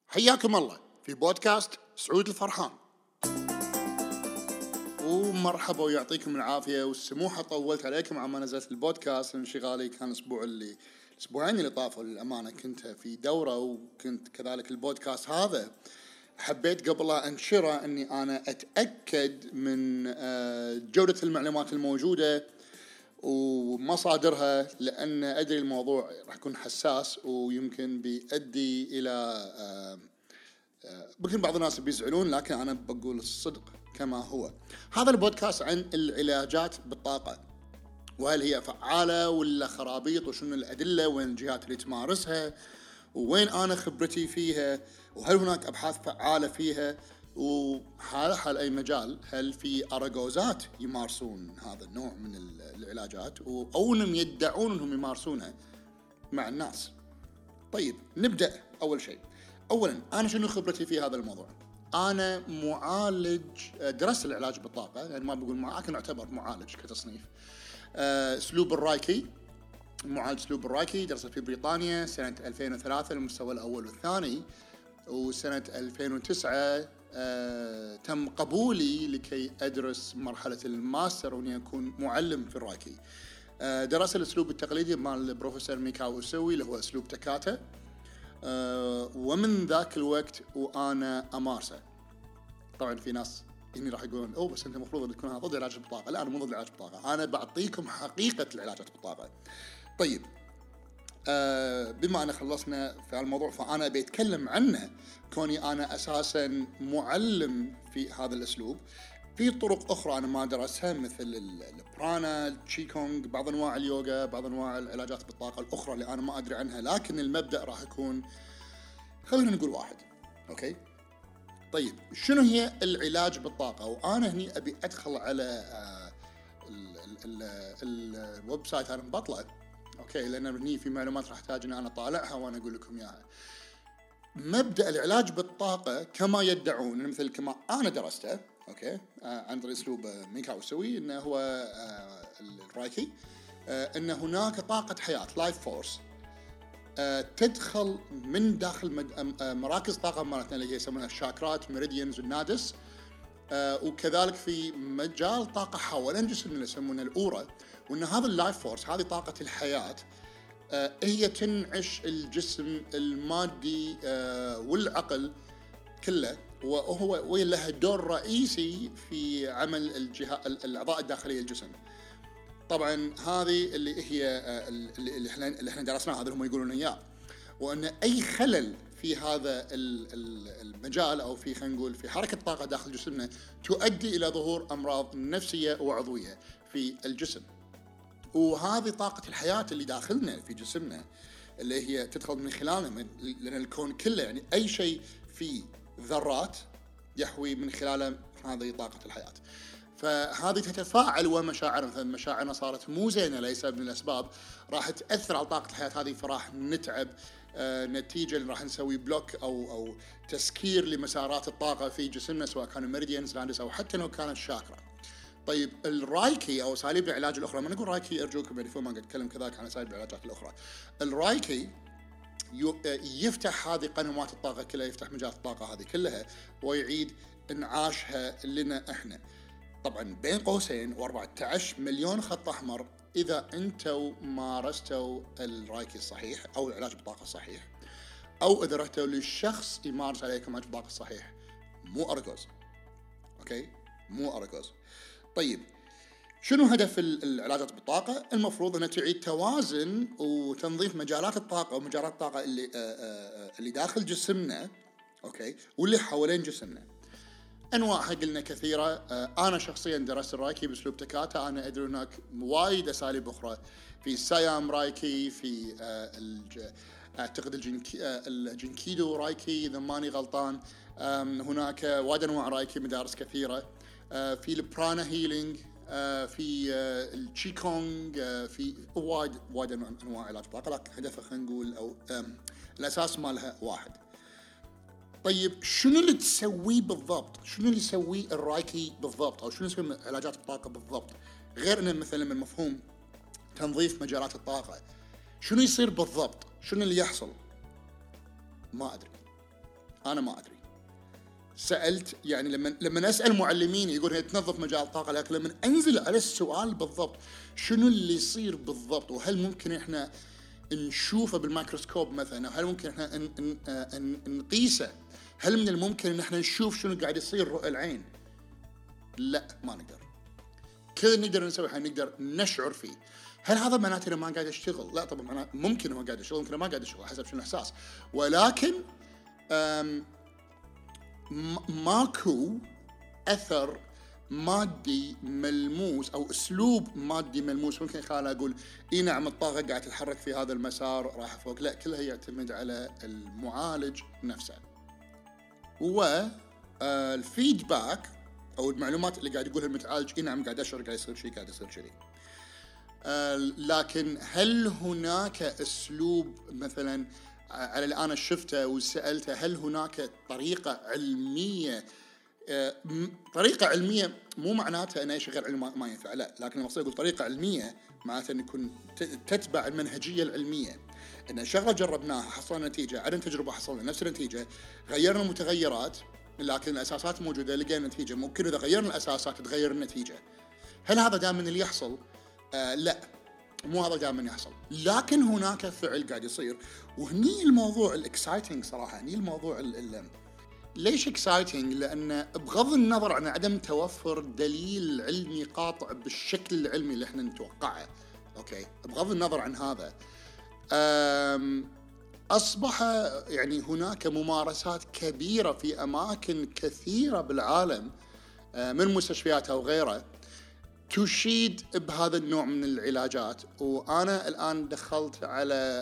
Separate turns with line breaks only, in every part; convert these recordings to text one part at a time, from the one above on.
حياكم الله في بودكاست سعود الفرحان، ومرحبا ويعطيكم العافية والسموحة. طولت عليكم عما نزلت البودكاست. انشغالي كان الأسبوعين اللي طافوا للأمانة كنت في دورة، وكنت كذلك البودكاست هذا حبيت قبل لا أنشره أني أنا أتأكد من جودة المعلومات الموجودة ومصادرها، لأن أدري الموضوع راح يكون حساس ويمكن بيؤدي إلى ممكن بعض الناس بيزعلون، لكن أنا بقول الصدق كما هو. هذا البودكاست عن العلاجات بالطاقة، وهل هي فعالة ولا خرابيط، وشنو الأدلة، وين الجهات اللي تمارسها، وين أنا خبرتي فيها، وهل هناك أبحاث فعالة فيها، وحال أي مجال هل في أراجوزات يمارسون هذا النوع من العلاجات أو أنهم يدعون أنهم يمارسونها مع الناس. طيب نبدأ. أول شيء، أولا أنا شنو خبرتي في هذا الموضوع؟ أنا معالج، درست العلاج بالطاقة، يعني ما بقول لكن أعتبر معالج كتصنيف. أسلوب الرايكي، معالج أسلوب الرايكي، درست في بريطانيا سنة 2003 المستوى الأول والثاني، وسنة 2009 تم قبولي لكي أدرس مرحلة الماستر وأني أكون معلم في الرايكي. درست الأسلوب التقليدي مال البروفيسور ميكاو أوسوي اللي هو أسلوب تكاتا، ومن ذاك الوقت وأنا أمارسه. طبعا في ناس هني راح يقولون بس أنت المفروض تكون ضد العلاج بالطاقة. لا، أنا مو ضد العلاج بالطاقة، أنا بعطيكم حقيقة العلاجات بالطاقة. طيب بما أن خلصنا في الموضوع فأنا بيتكلم عنه كوني أنا أساسا معلم في هذا الأسلوب. في طرق أخرى أنا ما درسها مثل البرانا، التشيكونغ، بعض أنواع اليوغا، بعض أنواع العلاجات بالطاقة الأخرى اللي أنا ما أدري عنها، لكن المبدأ راح يكون خلينا نقول واحد. أوكي. طيب شنو هي العلاج بالطاقة؟ وأنا هني أبي أدخل على الويب سايت أنا بطلع، أوكي، لأن هني في معلومات راح أحتاج أن أنا أطالعها وأنا أقول لكم إياها. مبدأ العلاج بالطاقة كما يدعون، مثل كما أنا درسته، أوكي، عن طريق أسلوب ميكاو أوسوي، إنه هو الرايكي، إن هناك طاقة حياة لايف فورس تدخل من داخل مراكز طاقة مالتنا اللي هي يسمونها الشاكرات، ميريديانز والنادس، وكذلك في مجال طاقة حوالين جسمنا اللي يسمونه الأورا، وإن هذا اللايف فورس، هذه طاقة الحياة، هي تنعش الجسم المادي والعقل كله، وهو لها دور رئيسي في عمل الأعضاء الداخلية الجسم. طبعا هذه اللي هي اللي احنا درسناها، هذا هم يقولون إياه، وأن أي خلل في هذا المجال أو في خلينا نقول في حركة الطاقة داخل جسمنا تؤدي إلى ظهور أمراض نفسية وعضوية في الجسم. وهذه طاقة الحياة اللي داخلنا في جسمنا اللي هي تدخل من خلالنا، لأن الكون كله يعني أي شيء فيه ذرات يحوي من خلاله هذه طاقة الحياة. فهذه تتفاعل ومشاعرنا، فمشاعرنا صارت مو زينة ليس من الأسباب راح تأثر على طاقة الحياة هذه، فراح نتعب نتيجة راح نسوي بلوك أو تسكير لمسارات الطاقة في جسمنا، سواء كانوا ميريديانز، لاندس، أو حتى لو كانت شاكرا. طيب الرايكي أو أساليب العلاج الأخرى، ما نقول رايكي أرجوكم يعني ما قد أتكلم كذلك عن أساليب العلاجات الأخرى. الرايكي يفتح هذه قنوات الطاقة كلها، يفتح مجال الطاقة هذه كلها ويعيد انعاشها لنا إحنا. طبعا بين قوسين و14 مليون خط أحمر إذا أنتوا مارستوا الرايكي الصحيح أو العلاج بالطاقة الصحيح، أو إذا رحتوا للشخص يمارس عليكم علاج بالطاقة الصحيح، مو أرجوز. أوكي، مو أرجوز. طيب شنو هدف العلاجات بالطاقة؟ المفروض أنها تعيد توازن وتنظيف مجالات الطاقة ومجالات الطاقة اللي داخل جسمنا، أوكي، واللي حوالين جسمنا. أنواعها قلنا كثيرة. أنا شخصيا درست الرايكي بأسلوب تكاتا. أنا أدري هناك وايد أساليب أخرى، في سايام رايكي، في أعتقد الجنكيدو رايكي إذا ماني غلطان. هناك وايد أنواع رايكي، مدارس كثيرة. في البرانا هيلينج، في التشيكونغ، في وايد أنواع علاج طاقة، لكن هدفها خلينا نقول أو الأساس مالها واحد. طيب شنو اللي تسويه بالضبط؟ شنو اللي يسويه الرايكي بالضبط؟ أو شنو يسوي علاجات الطاقة بالضبط؟ غير إنه مثلا من مفهوم تنظيف مجالات الطاقة، شنو يصير بالضبط؟ شنو اللي يحصل؟ ما أدري. أنا ما أدري. سألت يعني لما أسأل معلمين يقول هي تنظف مجال الطاقة، لكن لما أنزل على السؤال بالضبط شنو اللي يصير بالضبط، وهل ممكن إحنا نشوفه بالميكروسكوب مثلا، هل ممكن إحنا نقيسه، هل من الممكن إن إحنا نشوف شنو قاعد يصير رؤى العين؟ لا، ما نقدر. كل نقدر نسوي حاجة نقدر نشعر فيه. هل هذا معناته إنه ما قاعد يشتغل؟ لا طبعا، ممكن هو قاعد يشتغل، ممكن ما قاعد يشتغل، حسب شنو الإحساس. ولكن ماكو أثر مادي ملموس أو أسلوب مادي ملموس ممكن خليني أقول إيه نعم الطاقة قاعد تتحرك في هذا المسار رايحة فوق. لا، كلها يعتمد على المعالج نفسه والفيدباك أو المعلومات اللي قاعد يقولها المتعالج. إيه نعم قاعد أشعر قاعد يصير شيء، قاعد يصير شيء. لكن هل هناك أسلوب مثلا على اللي أنا شفته وسألته، هل هناك طريقة علمية؟ طريقة علمية مو معناتها أن أي شيء غير علمي ما ينفع، لا، لكن المقصود أقول طريقة علمية معناتها أن يكون تتبع المنهجية العلمية، أن شغلة جربناها حصلنا نتيجة، عدم تجربة حصلنا نفس النتيجة، غيرنا المتغيرات لكن الأساسات موجودة لقينا نتيجة. ممكن إذا غيرنا الأساسات تتغير النتيجة. هل هذا دائما اللي يحصل؟ لا، مو هذا دائما يحصل، لكن هناك فعل قاعد يصير. وهني الموضوع الاكسايتنج صراحة. هني الموضوع ليش اكسايتنج؟ لأن بغض النظر عن عدم توفر دليل علمي قاطع بالشكل العلمي اللي احنا نتوقعه، اوكي، بغض النظر عن هذا، أصبح يعني هناك ممارسات كبيرة في أماكن كثيرة بالعالم من مستشفيات أو غيره تشيد بهذا النوع من العلاجات. وأنا الآن دخلت على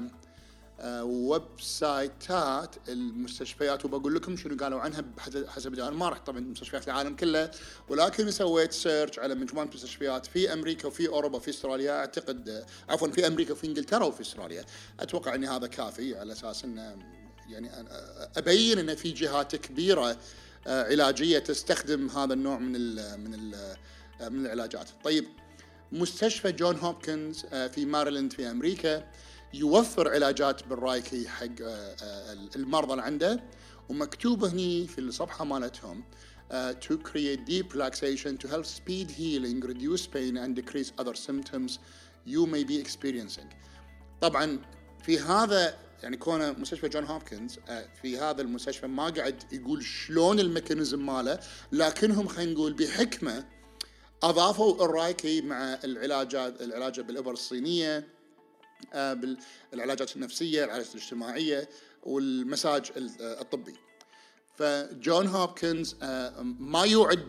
ويب سايتات المستشفيات وبقول لكم شنو قالوا عنها حسب. أنا ما رحت طبعا مستشفيات العالم كله، ولكن سويت سيرش على مجموعة مستشفيات في أمريكا وفي أوروبا وفي أستراليا. أعتقد عفوا في أمريكا وفي إنجلترا وفي أستراليا. أتوقع أن هذا كافي على أساس أن يعني أبين أن في جهات كبيرة علاجية تستخدم هذا النوع من العلاجات. طيب، مستشفى جون هوبكنز في ماريلاند في أمريكا يوفر علاجات بالرايكي حق المرضى اللي عنده، ومكتوب هني في الصفحة مالتهم to create deep relaxation to help speed healing, reduce pain and decrease other symptoms you may be experiencing. طبعا في هذا يعني كونه مستشفى جون هوبكنز، في هذا المستشفى ما قاعد يقول شلون الميكانيزم ماله، لكنهم خلينا نقول بحكمة أضافوا الرايكي مع العلاج بالإبر الصينية، بالعلاجات النفسية، العلاجات الاجتماعية والمساج الطبي. فجون هوبكنز ما يوعد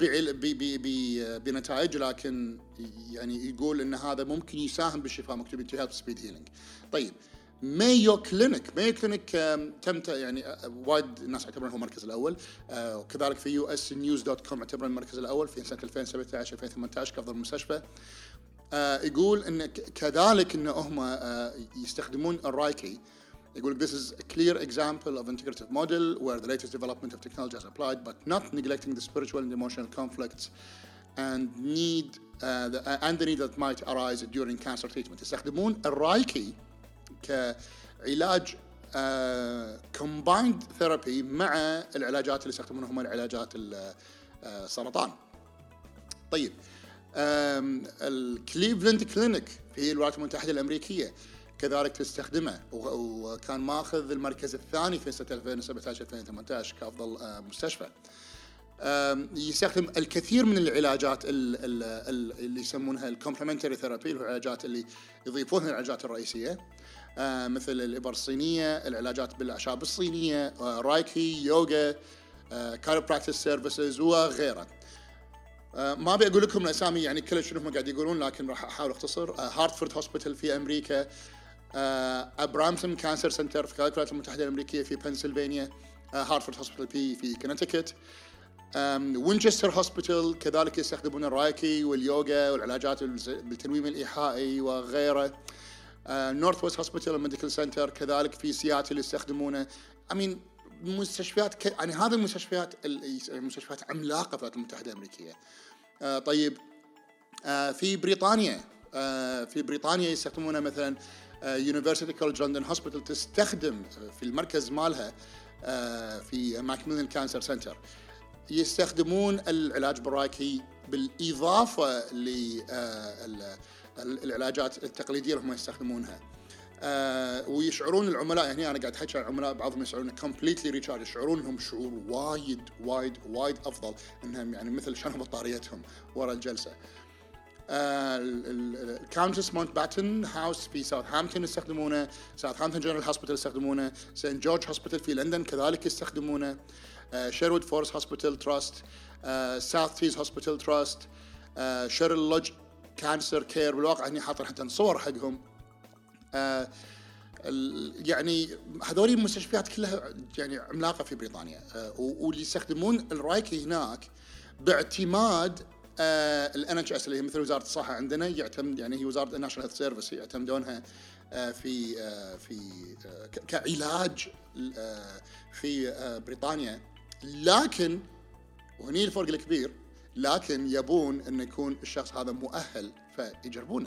بنتائج، لكن يعني يقول ان هذا ممكن يساهم بالشفاء، مكتوب to help speed healing. طيب، مايو كلينيك تم يعني وايد ناس يعتبرونه هو المركز الاول، وكذلك في usnews.com اعتبره المركز الاول في سنة 2017 2018 كأفضل مستشفى. يقول ان كذلك ان هم يستخدمون الرايكي. يقول this is a clear example of integrative model where the latest development of technology is applied but not neglecting the spiritual and emotional conflicts and the need that might arise during cancer treatment. يستخدمون الرايكي كعلاج combined therapy مع العلاجات اللي يستخدمونها هم العلاجات السرطان. طيب، الكليفلاند كلينيك في الولايات المتحدة الأمريكية كذلك تستخدمه، وكان ماخذ المركز الثاني في سنة 2017-2018 كأفضل مستشفى. يستخدم الكثير من العلاجات اللي يسمونها الكومبلمنتري ثيرابي، العلاجات اللي يضيفونها العلاجات الرئيسية، مثل الإبر الصينية، العلاجات بالأعشاب الصينية، رايكي، يوغا، كايروبراكتيس سيرفيسز وغيرها. ما أبي أقول لكم الأسامي يعني كل شنو هم قاعد يقولون، لكن راح أحاول أختصر. هارتفورد هوسبيتال في أمريكا، أبرامسون كانسر سنتر في الولايات المتحدة الأمريكية في بنسلفانيا، هارتفورد هوسبيتال في كونتيكت، وينشستر هوسبيتال كذلك يستخدمون الرايكي واليوغا والعلاجات بالتنويم الإيحائي وغيره. نورث ويست هوسبيتال ميديكال سنتر كذلك في سياتل يستخدمونه. مستشفيات يعني هذه المستشفيات عملاقة في الولايات المتحدة الأمريكية. طيب، في بريطانيا يستخدمونه مثلا University College London Hospital تستخدم في المركز مالها في ماكميلان كانسر سنتر يستخدمون العلاج بالرايكي بالإضافة للعلاجات التقليدية اللي هم يستخدمونها. ويشعرون العملاء، يعني أنا قاعد أحكي عن العملاء بعضهم يشعرون completely recharge، يشعرون إنهم شعور وايد أفضل، إنهم يعني مثل شنو بطاريتهم ورا الجلسة. الكاونتس ماونت باتن هاوس في ساوثهامبتون يستخدمونه، ساوثهامبتون جنرال هوسبيتال يستخدمونه، سنت جورج هوسبيتال في لندن كذلك يستخدمونه، شيرود فورست هوسبيتال تراست، ساوث تيز هوسبيتال تراست، شيرل لودج كانسر كير. بالواقع هني حاطين حتى صور حقهم. يعني هذول المستشفيات كلها يعني عملاقة في بريطانيا، واللي يستخدمون الرايكي هناك باعتماد ال NHS اللي هي مثل وزارة الصحة عندنا، يعتمد يعني هي وزارة الناشونال هيلث سيرفيس يعتمدونها في كعلاج في بريطانيا. لكن وهني الفرق الكبير، لكن يبون أن يكون الشخص هذا مؤهل فيجربونه.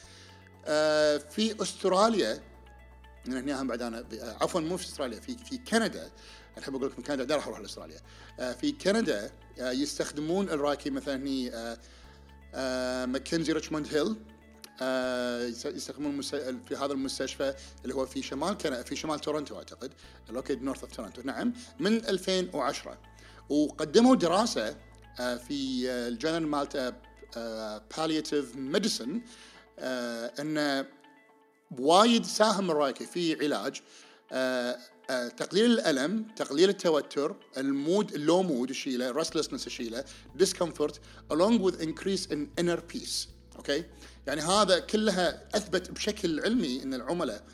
في أستراليا، من هنا هم بعد أنا عفوا مو في أستراليا، في كندا، أحب أقول لكم كندا، راح أروح لأستراليا. في كندا يستخدمون الرايكي مثلا هني ماكنزي ريتشموند هيل، يستخدمون في هذا المستشفى اللي هو في شمال كندا، في شمال تورنتو أعتقد، لوكيد نورث أوف تورنتو، نعم، من 2010. وقدموا دراسة في الجورنال مالته بالياتيف ميديسن أن وايد ساهم الرايكي في علاج تقليل الألم، تقليل التوتر، المود، اللو مود يشيله، restlessness يشيله، discomfort along with increase in inner peace. أوكي، يعني هذا كلها أثبت بشكل علمي أن العملاء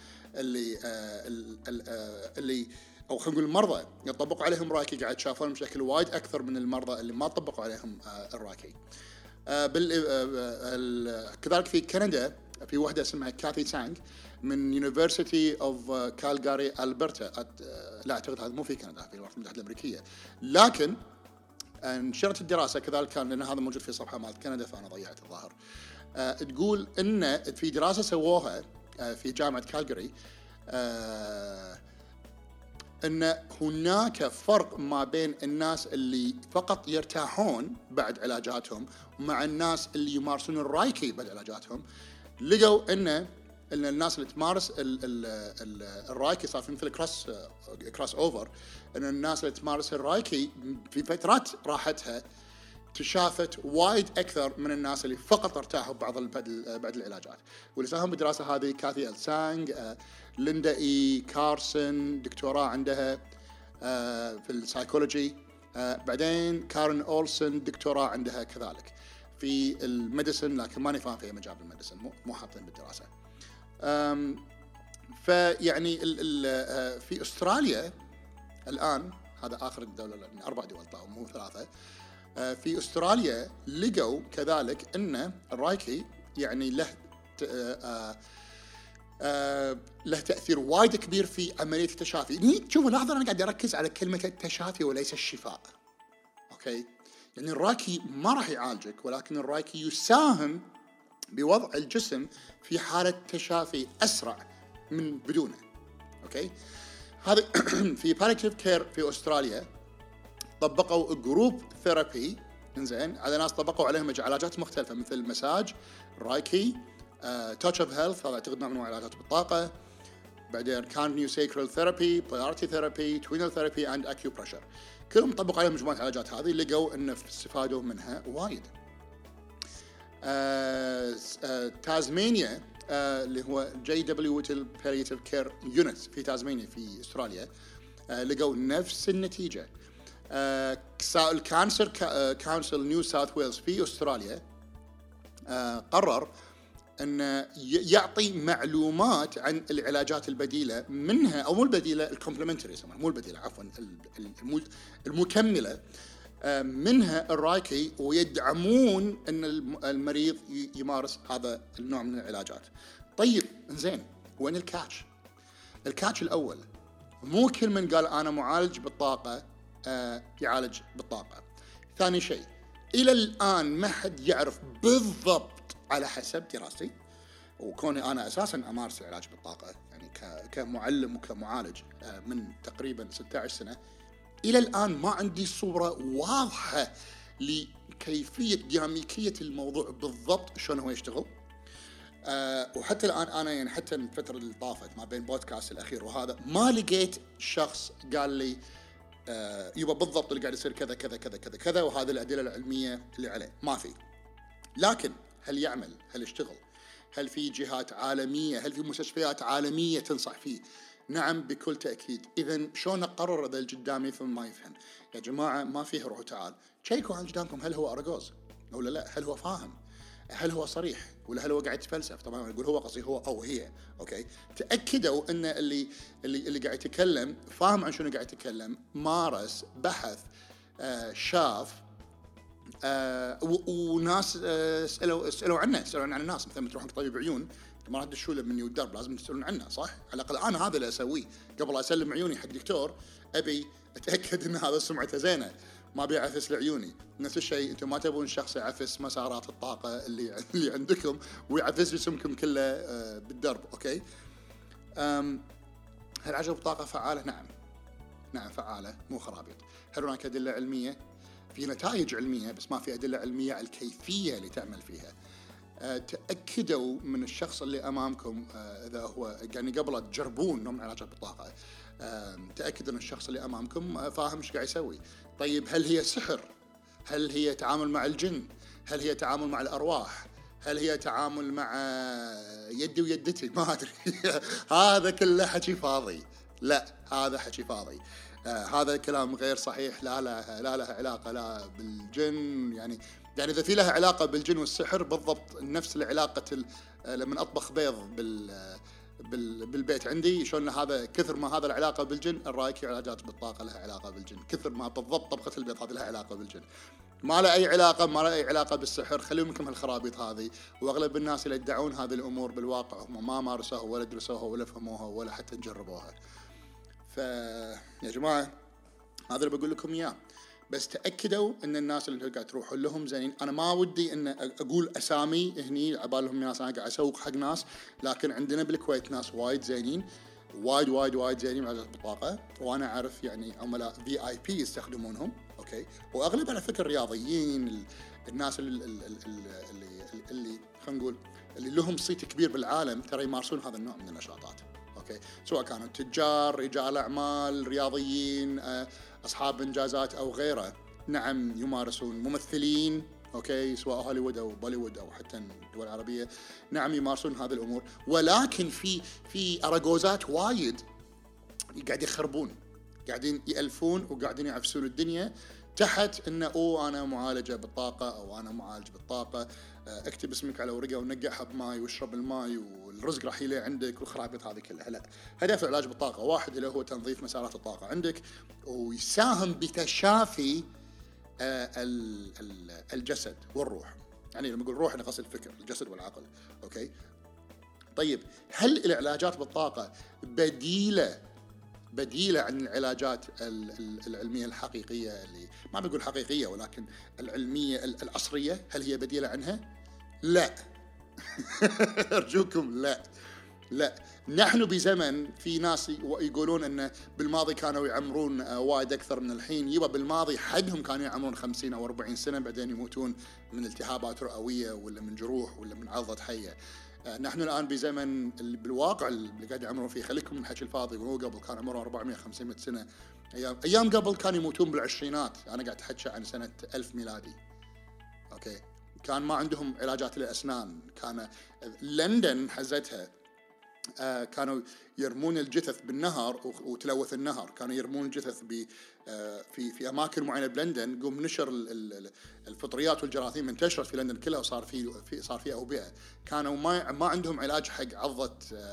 اللي أو خلينا نقول المرضى يطبقوا عليهم رايكي قاعد شافون بشكل وايد أكثر من المرضى اللي ما طبقوا عليهم الرايكي. كذلك في كندا في واحدة اسمها كاثي تانغ من University of Calgary ألبرتا، لا أعتقد هذا مو في كندا، في الولايات المتحدة الأمريكية، لكن نشرت الدراسة كذلك كان، لأن هذا موجود في صفحة مال كندا فأنا ضيعت الظاهر. تقول إن في دراسة سووها في جامعة كالجاري أن هناك فرق ما بين الناس اللي فقط يرتاحون بعد علاجاتهم مع الناس اللي يمارسون الرايكي بعد علاجاتهم. لقوا ان الناس اللي تمارس الرايكي صار في مثل كراس اوفر، ان الناس اللي تمارس الرايكي في فترات راحتها تشافت وايد اكثر من الناس اللي فقط ارتاحوا بعد العلاجات. واللي ساهم بالدراسه هذه كاثي سانغ، ليندا اي كارسون دكتوراه عندها في السايكولوجي، بعدين كارن اولسن دكتوراه عندها كذلك في الميديسن، لكن ماني فاهم فيها مجال الميديسن، مو حاطين بالدراسه. فيعني في استراليا الان، هذا اخر الدوله لان 4 دول طبعا مو 3، في استراليا لقوا كذلك ان الرايكي يعني له تاثير وايد كبير في عمليه التشافي. شوفوا لاحظوا انا قاعد اركز على كلمه التشافي وليس الشفاء. اوكي، يعني الرايكي ما راح يعالجك، ولكن الرايكي يساهم بوضع الجسم في حالة تشافي أسرع من بدونه. أوكي، هذا في palliative care في أستراليا طبقوا جروب ثيرابي، إنزين، على ناس طبقوا عليهم علاجات مختلفة مثل مساج، رايكي، touch of health، هذا أعتقد نوع من علاجات بالطاقة، بعدين كان نيوساكرال ثيرابي، بولاريتي ثيرابي، توينال ثيرابي اند اكيوبريشر. كلهم طبقوا عليهم مجموعه العلاجات هذه، لقوا ان استفادوا منها وايد. تازمانيا اللي هو JW Palliative Care Unit في تازمانيا في استراليا لقوا نفس النتيجه. الكانسر كونسل نيو ساوث ويلز في استراليا قرر أن يعطي معلومات عن العلاجات البديلة منها، أو مو البديلة، الكومبلمنتري يسمونها، مو البديلة عفوا، المكملة منها الرايكي، ويدعمون أن المريض يمارس هذا النوع من العلاجات. طيب إنزين، وين الكاتش؟ الكاتش الأول، مو كل من قال أنا معالج بالطاقة يعالج بالطاقة. ثاني شيء، إلى الآن ما حد يعرف بالضبط على حسب دراستي وكوني انا اساسا امارس العلاج بالطاقه يعني كمعلم وكمعالج من تقريبا 16 سنه، الى الان ما عندي صوره واضحه لكيفيه ديناميكيه الموضوع بالضبط شلون هو يشتغل. وحتى الان انا يعني حتى من الفتره اللي طافت ما بين بودكاست الاخير وهذا ما لقيت شخص قال لي يبا بالضبط اللي قاعد يصير كذا كذا كذا كذا كذا وهذه الادله العلميه اللي عليه، ما في. لكن هل يعمل؟ هل يشتغل؟ هل في جهات عالميه؟ هل في مستشفيات عالميه تنصح فيه؟ نعم بكل تاكيد. اذا شلون اقرر اذا اللي قدامي يفهم ما يفهم؟ يا جماعه ما فيه روح وتعال، شيكوا عن قدامكم هل هو اراجوز ولا لا، هل هو فاهم، هل هو صريح ولا هل هو قاعد يتفلسف. طبعا اقول هو قصدي هو او هي، اوكي. تاكدوا ان اللي قاعد يتكلم فاهم عن شنو قاعد يتكلم، مارس، بحث، شاف، وناس سالوا عنه، سالوا عن الناس. مثلا تروحون طبيب عيون ما راح تدشوا له مني والدرب، لازم تسالون عنه صح؟ على الاقل انا هذا اللي اسويه قبل اسلم عيوني حق دكتور، ابي اتاكد ان هذا سمعته زينه، ما بيعفس لعيوني. نفس الشيء انتم ما تبون شخص يعفس مسارات الطاقه اللي عندكم ويعفس جسمكم كله بالدرب، اوكي. هل عجب الطاقه فعاله؟ نعم فعاله، مو خرابيط. هل هناك ادله علميه؟ في نتائج علميه بس ما في ادله علميه على الكيفيه اللي تعمل فيها. تاكدوا من الشخص اللي امامكم اذا هو يعني قبل تجربون نوع من علاجات بالطاقه، تاكدوا ان الشخص اللي امامكم فاهم ايش قاعد يسوي. طيب هل هي سحر؟ هل هي تعامل مع الجن؟ هل هي تعامل مع الارواح؟ هل هي تعامل مع يدي ويدتي؟ ما ادري. هذا كله حكي فاضي. لا هذا حكي فاضي. هذا كلام غير صحيح. لا لها علاقه لا بالجن، يعني اذا في لها علاقه بالجن والسحر بالضبط نفس العلاقه لما اطبخ بيض بالبيت عندي، شلون هذا كثر ما هذا العلاقه بالجن، الرايكي علاجات بالطاقه لها علاقه بالجن، كثر ما بالضبط طبخه البيض هذه لها علاقه بالجن. ما له اي علاقه بالسحر. خليهم منكم هالخرابيط هذه. واغلب الناس اللي يدعون هذه الامور بالواقع هم ما مارسوها ولا درسوها ولا فهموها ولا حتى جربوها. يا جماعه هذا اللي بقول لكم اياه، بس تاكدوا ان الناس اللي قاعد تروحون لهم زينين. انا ما ودي ان اقول اسامي هني عبالهم ناس انا قاعد اسوق حق ناس، لكن عندنا بالكويت ناس وايد زينين، وايد زينين علاجات بالطاقه، وانا اعرف يعني عملاء VIP يستخدمونهم، اوكي. واغلب على فكره الرياضيين، الناس اللي خلينا نقول اللي لهم صيت كبير بالعالم ترى يمارسون هذا النوع من النشاطات، اوكي. سواء كانوا تجار، رجال اعمال، رياضيين، اصحاب انجازات او غيره. نعم يمارسون. ممثلين، اوكي، سواء هوليوود او بوليوود او حتى الدول العربيه، نعم يمارسون هذه الامور. ولكن في اراجوزات وايد قاعد يخربون، قاعدين يالفون وقاعدين يعفسون الدنيا تحت انه انا معالجه بالطاقه او انا معالج بالطاقه، اكتب اسمك على ورقه ونقعها بماي واشرب الماي والرزق راح يلي عندك والخرابيط هذه كلها. لا، هدف العلاج بالطاقه واحد اللي هو تنظيف مسارات الطاقه عندك، ويساهم بتشافي الجسد والروح. يعني لما اقول روح انا قصد الفكر، الجسد والعقل، اوكي. طيب هل العلاجات بالطاقه بديلة عن العلاجات العلمية الحقيقية، اللي ما بقول حقيقية ولكن العلمية العصرية، هل هي بديلة عنها؟ لا. أرجوكم لا. نحن بزمن في ناس يقولون أن بالماضي كانوا يعمرون وايد أكثر من الحين. يبا بالماضي حقهم كانوا يعمرون 50 أو 40 سنة بعدين يموتون من التهابات رئوية ولا من جروح ولا من عضة حية. نحن الآن بزمن بالواقع اللي قاعد يعمرون فيه، خليكم من الحكي الفاضي، وهو قبل كان عمره 400-500 سنة. أيام قبل كانوا يموتون بالعشرينات. أنا قاعد أحكي عن سنة 1000 ميلادي، أوكي. كان ما عندهم علاجات للأسنان. كان لندن حزتها كانوا يرمون الجثث بالنهر وتلوث النهر. كانوا يرمون الجثث في اماكن معينه بلندن. قوم نشر الفطريات والجراثيم انتشرت في لندن كلها، وصار في اوبئه. كانوا ما عندهم علاج حق عضه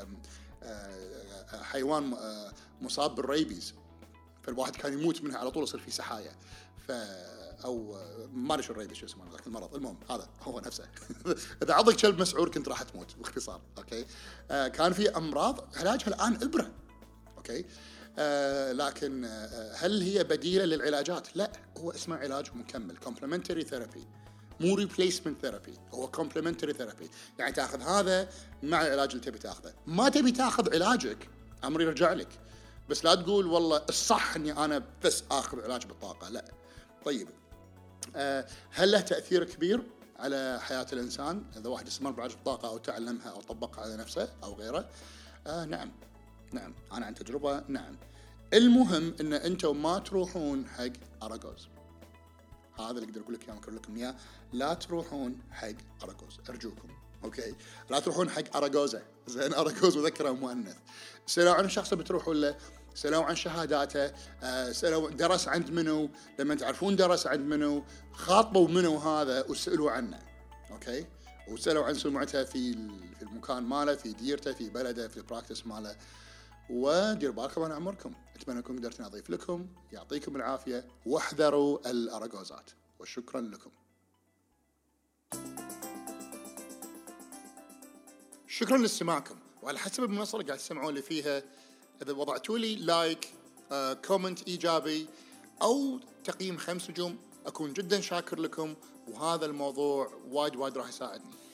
حيوان مصاب بالريبيز، فالواحد كان يموت منها على طول، يصير في سحايا. او ما ادري شو الريبيز شو اسمه ذاك المرض. المهم هذا هو نفسه. اذا عضك كلب مسعور كنت راح تموت باختصار، اوكي. كان في امراض علاجها الان ابره، اوكي. لكن هل هي بديله للعلاجات؟ لا، هو اسمه علاج مكمل، complementary therapy، مو ريبليسمنت ثيرابي، هو كومبلمنتري ثيرابي. يعني تاخذ هذا مع العلاج اللي تبي تاخذه. ما تبي تاخذ علاجك امر يرجع لك، بس لا تقول والله الصح اني انا بس اخذ علاج بالطاقه، لا. طيب هل له تاثير كبير على حياه الانسان اذا واحد استمر بعلاج الطاقه او تعلمها او طبقها على نفسه او غيره؟ نعم انا عن تجربه، نعم. المهم ان انتم ما تروحون حق اراغوز، هذا اللي اقدر اقول لك اياه، اكرر لكم اياه، لا تروحون حق اراغوز ارجوكم، اوكي؟ لا تروحون حق اراغوزا، زين، اراغوز مذكر مؤنث. سألوا عن الشخص اللي بتروحون له، سألوا عن شهاداته، سألوا درس عند منو، لما تعرفون درس عند منو، خاطبوا منو هذا وسألوا عنه، اوكي؟ وسألوا عن سمعته في المكان ماله، في ديرته، في بلده، في البراكتس ماله. ودير بالكم على عمركم، اتمنى اكون قدرت اضيف لكم. يعطيكم العافيه واحذروا الاراغوزات، وشكرا لكم. شكرا لاستماعكم، وعلى حسب المنصه اللي قاعد تسمعون لي فيها، اذا وضعتوا لي لايك، كومنت ايجابي او تقييم 5 نجوم اكون جدا شاكر لكم، وهذا الموضوع وايد راح يساعدني.